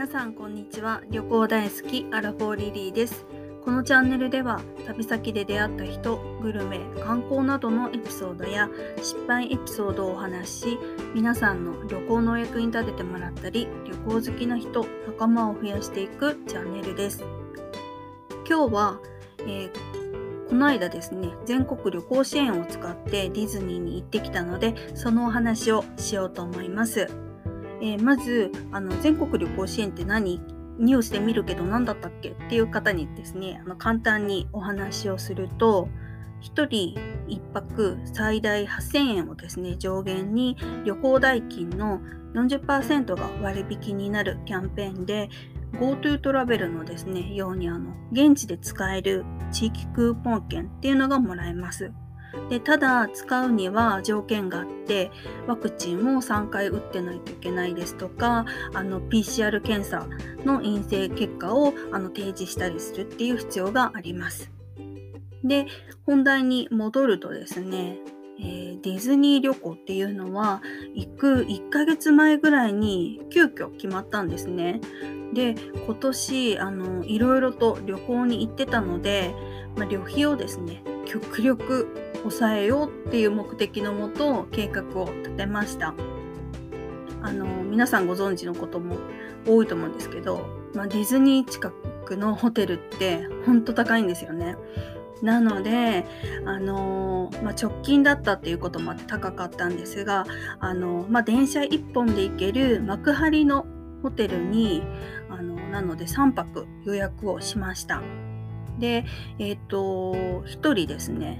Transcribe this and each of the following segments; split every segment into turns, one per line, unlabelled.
皆さんこんにちは。旅行大好きアラフォーリリーです。このチャンネルでは旅先で出会った人、グルメ、観光などのエピソードや失敗エピソードをお話しし、皆さんの旅行のお役に立ててもらったり、旅行好きな人、仲間を増やしていくチャンネルです。今日は、この間ですね、全国旅行支援を使ってディズニーに行ってきたので、そのお話をしようと思います。まず全国旅行支援って何？ニュースで見るけど何だったっけっていう方にですね、簡単にお話をすると、1人1泊最大8000円をですね、上限に旅行代金の 40% が割引になるキャンペーンで、 GoTo トラベルのですねように現地で使える地域クーポン券っていうのがもらえます。で、ただ使うには条件があって、ワクチンを3回打ってないといけないですとか、PCR 検査の陰性結果を提示したりするっていう必要があります。で、本題に戻るとですね、ディズニー旅行っていうのは行く1ヶ月前ぐらいに急遽決まったんですね。で、今年いろいろと旅行に行ってたので、旅費をですね極力抑えようっていう目的のもと計画を立てました。皆さんご存知のことも多いと思うんですけど、ディズニー近くのホテルってほんと高いんですよね。なので直近だったっていうこともあって高かったんですが、電車1本で行ける幕張のホテルになので3泊予約をしました。で、1人ですね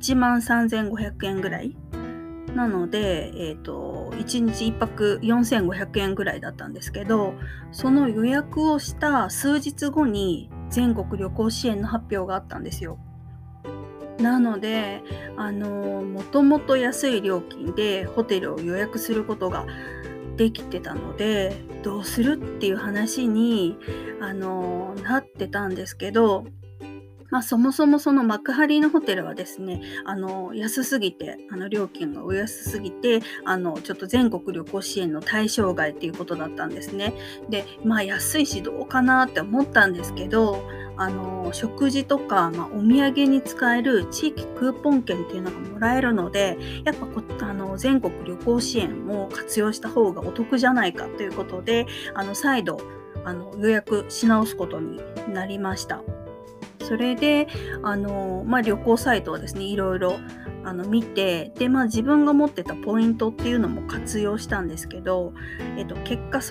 13,500円ぐらいなので、1日1泊4,500円ぐらいだったんですけど、その予約をした数日後に全国旅行支援の発表があったんですよ。なのでもともと安い料金でホテルを予約することができてたので、どうするっていう話になってたんですけど、そもそもその幕張のホテルはですね、安すぎて、料金がお安すぎて、ちょっと全国旅行支援の対象外っていうことだったんですね。で、安いしどうかなって思ったんですけど、食事とか、お土産に使える地域クーポン券っていうのがもらえるので、やっぱ全国旅行支援を活用した方がお得じゃないかということで、再度予約し直すことになりました。それで旅行サイトをですねいろいろ見て、で自分が持ってたポイントっていうのも活用したんですけど、結果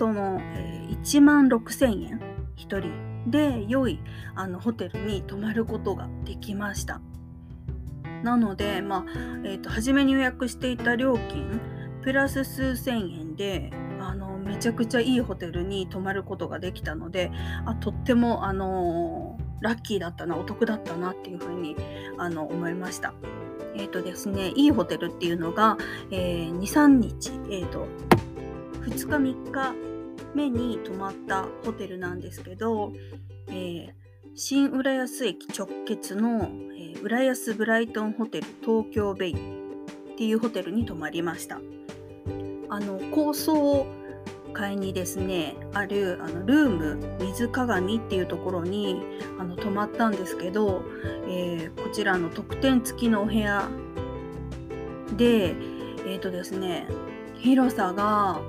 16,000円1人で良いホテルに泊まることができました。なので初めに予約していた料金プラス数千円でめちゃくちゃいいホテルに泊まることができたので、とってもラッキーだったな、お得だったなっていうふうに思いました。ですね、いいホテルっていうのが、2、3日、2日3日目に泊まったホテルなんですけど、新浦安駅直結の、浦安ブライトンホテル東京ベイっていうホテルに泊まりました。高層階にですねあるルーム水鏡っていうところに泊まったんですけど、こちらの特典付きのお部屋でですね広さが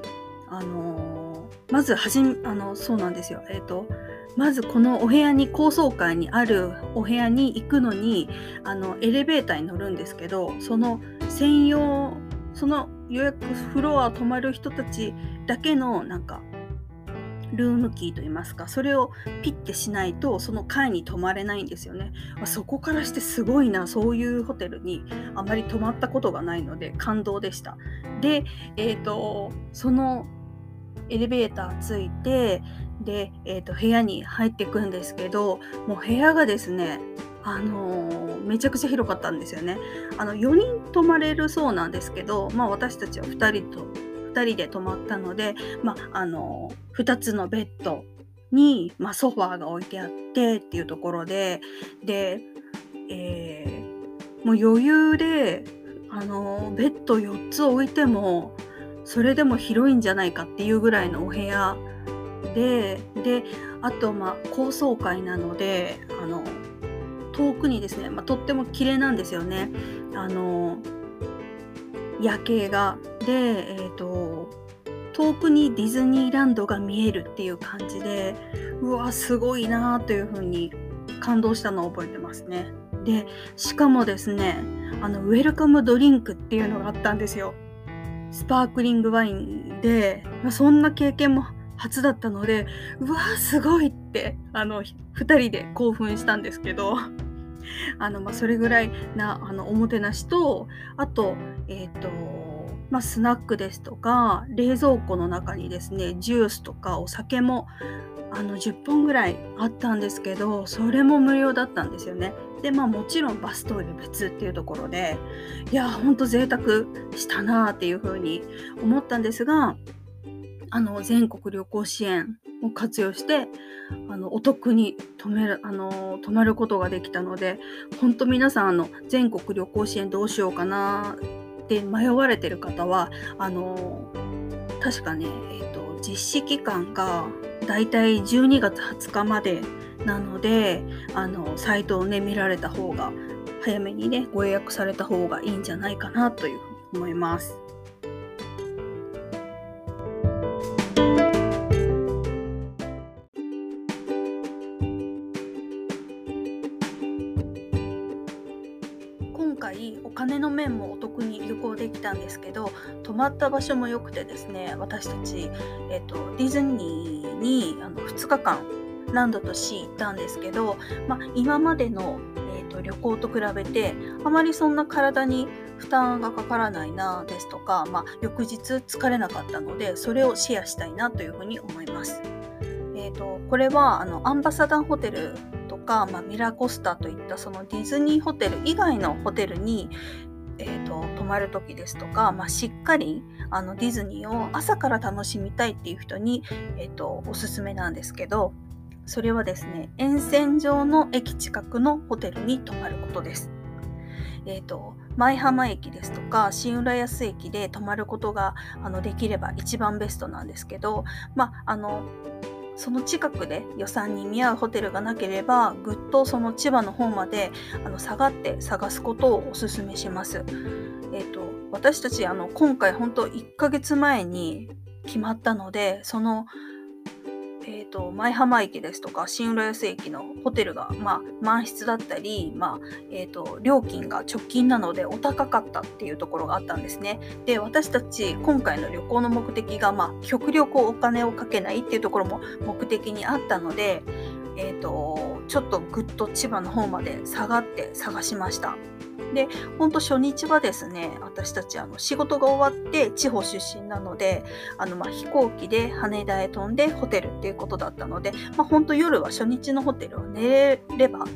まずそうなんですよ。まずこのお部屋に高層階にあるお部屋に行くのにエレベーターに乗るんですけど、その専用予約フロア泊まる人たちだけのルームキーといいますか、それをピッてしないとその階に泊まれないんですよね。そこからしてすごいな、そういうホテルにあまり泊まったことがないので感動でした。で、そのエレベーターついてで、部屋に入っていくんですけど、もう部屋がですねめちゃくちゃ広かったんですよね。4人泊まれるそうなんですけど、私たちは2人で泊まったので、2つのベッドに、ソファーが置いてあってっていうところで、もう余裕でベッド4つ置いてもそれでも広いんじゃないかっていうぐらいのお部屋であと高層階なので遠くにですね、とっても綺麗なんですよね。夜景が。で、遠くにディズニーランドが見えるっていう感じで、うわすごいなというふうに感動したのを覚えてますね。でしかもですね、ウェルカムドリンクっていうのがあったんですよ。スパークリングワインで、そんな経験も初だったので、うわすごいって2人で興奮したんですけどそれぐらいなおもてなしと、あとスナックですとか冷蔵庫の中にですね、ジュースとかお酒も10本ぐらいあったんですけど、それも無料だったんですよね。でもちろんバストイレ別っていうところで、いやほんと贅沢したなっていうふうに思ったんですが、全国旅行支援を活用してお得に泊まることができたので、本当皆さん全国旅行支援どうしようかなって迷われてる方は確かね、実施期間がだいたい12月20日までなので、サイトをね見られた方が、早めにねご予約された方がいいんじゃないかなというふうに思います。今回お金の面もお得に旅行できたんですけど、泊まった場所も良くてですね、私たち、ディズニーに2日間ランドとシー行ったんですけど、今までの、旅行と比べてあまりそんな体に負担がかからないなですとか、翌日疲れなかったので、それをシェアしたいなというふうに思います。これはアンバサダーホテルとか、ミラコスタといったそのディズニーホテル以外のホテルに、泊まる時ですとか、しっかりディズニーを朝から楽しみたいっていう人に、おすすめなんですけど、それはですね、沿線上の駅近くのホテルに泊まることです。舞浜駅ですとか新浦安駅で泊まることができれば一番ベストなんですけど、その近くで予算に見合うホテルがなければ、ぐっとその千葉の方まで下がって探すことをお勧めします。私たち今回本当1ヶ月前に決まったので、その舞浜駅ですとか新浦安駅のホテルが満室だったり、料金が直近なのでお高かったっていうところがあったんですね。で、私たち今回の旅行の目的が極力お金をかけないっていうところも目的にあったので、ちょっとぐっと千葉の方まで下がって探しました。で、本当初日はですね、私たち仕事が終わって地方出身なので、飛行機で羽田へ飛んでホテルっていうことだったので、本当夜は初日のホテルは寝れれば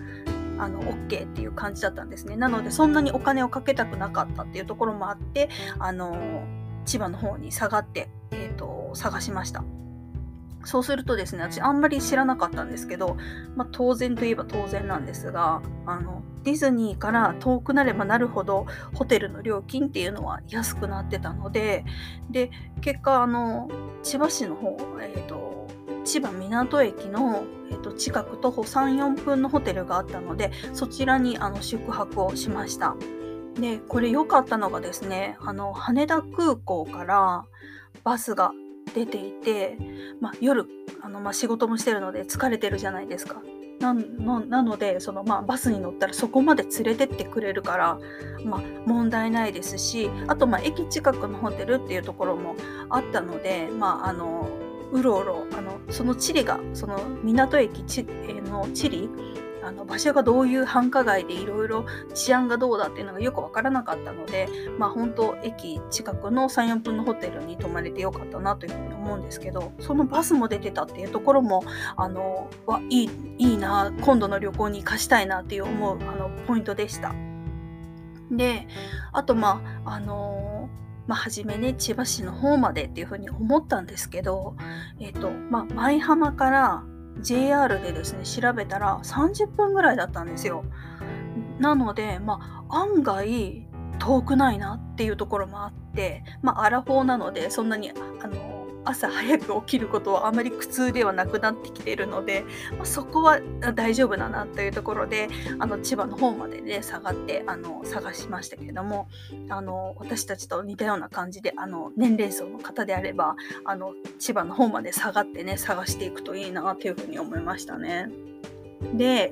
OK っていう感じだったんですね。なのでそんなにお金をかけたくなかったっていうところもあって、千葉の方に下がって、探しました。そうするとですね、私あんまり知らなかったんですけど、当然といえば当然なんですが、ディズニーから遠くなればなるほどホテルの料金っていうのは安くなってたので、結果千葉市の方、千葉港駅の、近く徒歩 3,4 分のホテルがあったので、そちらに宿泊をしました。で、これ良かったのがですね、羽田空港からバスが出ていて、夜仕事もしてるので疲れてるじゃないですか。なのでバスに乗ったらそこまで連れてってくれるから、問題ないですし、あと駅近くのホテルっていうところもあったので、うろうろその地理がその港駅の地理場所がどういう繁華街でいろいろ治安がどうだっていうのがよくわからなかったので、本当駅近くの 3,4 分のホテルに泊まれてよかったなというふうに思うんですけど、そのバスも出てたっていうところもいいな、今度の旅行に活かしたいなっていう思うポイントでした。で、あと初めね、千葉市の方までっていうふうに思ったんですけど、舞浜からJR でですね、調べたら30分ぐらいだったんですよ。なので、案外遠くないなっていうところもあって、アラフォーなのでそんなに朝早く起きることはあまり苦痛ではなくなってきているので、そこは大丈夫だなというところで千葉の方までね下がって探しましたけれども、私たちと似たような感じで年齢層の方であれば千葉の方まで下がってね探していくといいなというふうに思いましたね。で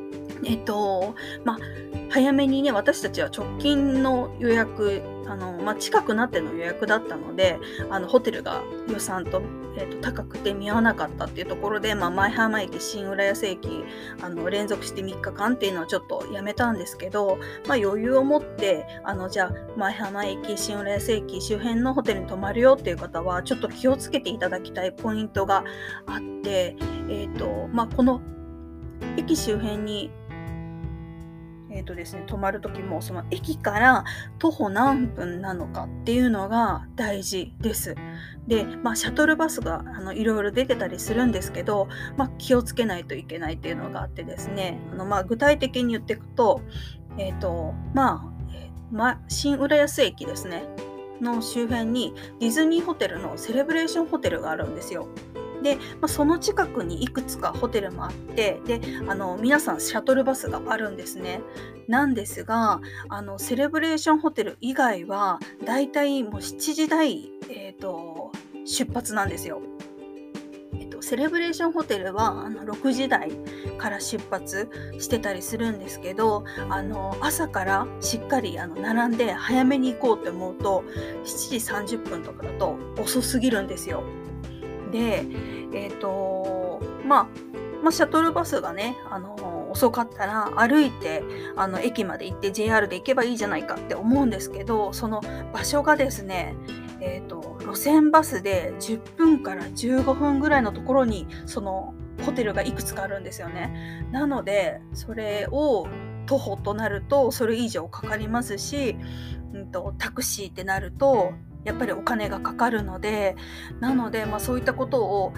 早めにね、私たちは直近の予約、近くなっての予約だったので、ホテルが予算と、高くて見合わなかったっていうところで、前浜駅、新浦安駅、連続して3日間っていうのはちょっとやめたんですけど、余裕を持って、じゃあ、前浜駅、新浦安駅周辺のホテルに泊まるよっていう方は、ちょっと気をつけていただきたいポイントがあって、この駅周辺に泊まるときもその駅から徒歩何分なのかっていうのが大事です。で、シャトルバスがいろいろ出てたりするんですけど、気をつけないといけないっていうのがあってですね、具体的に言っていくと、新浦安駅ですねの周辺にディズニーホテルのセレブレーションホテルがあるんですよ。で、その近くにいくつかホテルもあって、で、皆さんシャトルバスがあるんですね。なんですが、セレブレーションホテル以外は、だいたいもう7時台、出発なんですよ。セレブレーションホテルは6時台から出発してたりするんですけど、朝からしっかり並んで早めに行こうって思うと、7時30分とかだと遅すぎるんですよ。で、シャトルバスがね、遅かったら歩いて駅まで行って JR で行けばいいじゃないかって思うんですけど、その場所がですね、路線バスで10分から15分ぐらいのところにそのホテルがいくつかあるんですよね。なのでそれを徒歩となるとそれ以上かかりますし、タクシーってなるとやっぱりお金がかかるので、なので、そういったことを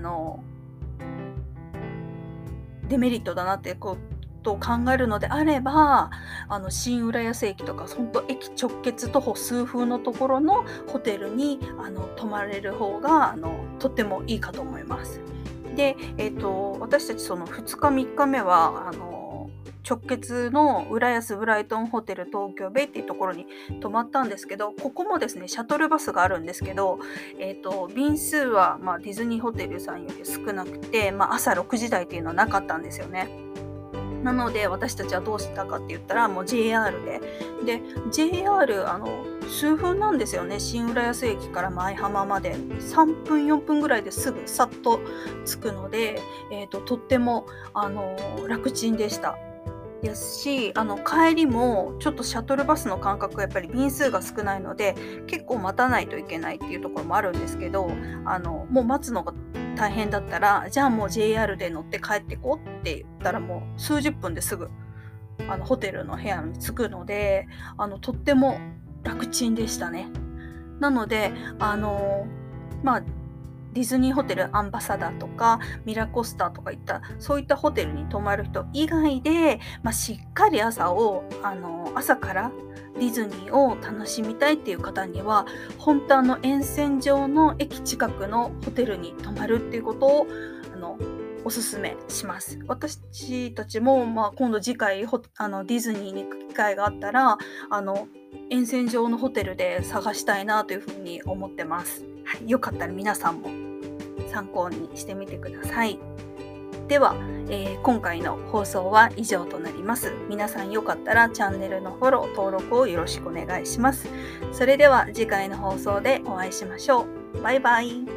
デメリットだなってことを考えるのであれば、新浦安駅とか本当駅直結徒歩数分のところのホテルに泊まれる方がとってもいいかと思います。で、私たちその2日3日目は直結の浦安ブライトンホテル東京ベイっていうところに泊まったんですけど、ここもですねシャトルバスがあるんですけど、便数はディズニーホテルさんより少なくて、朝6時台っていうのはなかったんですよね。なので私たちはどうしたかって言ったらもう JR で JR 数分なんですよね。新浦安駅から舞浜まで3分4分ぐらいですぐさっと着くので、とっても楽ちんでしたですし、帰りもちょっとシャトルバスの間隔やっぱり便数が少ないので結構待たないといけないっていうところもあるんですけど、もう待つのが大変だったらじゃあもう JR で乗って帰ってこうって言ったらもう数十分ですぐホテルの部屋に着くのでとっても楽ちんでしたね。なのでディズニーホテルアンバサダーとかミラコスタとかそういったホテルに泊まる人以外で、しっかり朝からディズニーを楽しみたいっていう方には本当沿線上の駅近くのホテルに泊まるっていうことをおすすめします。私たちも、今度次回ディズニーに行く機会があったら沿線上のホテルで探したいなというふうに思ってます。はい、よかったら皆さんも参考にしてみてください。では、今回の放送は以上となります。皆さんよかったらチャンネルのフォロー、登録をよろしくお願いします。それでは次回の放送でお会いしましょう。バイバイ。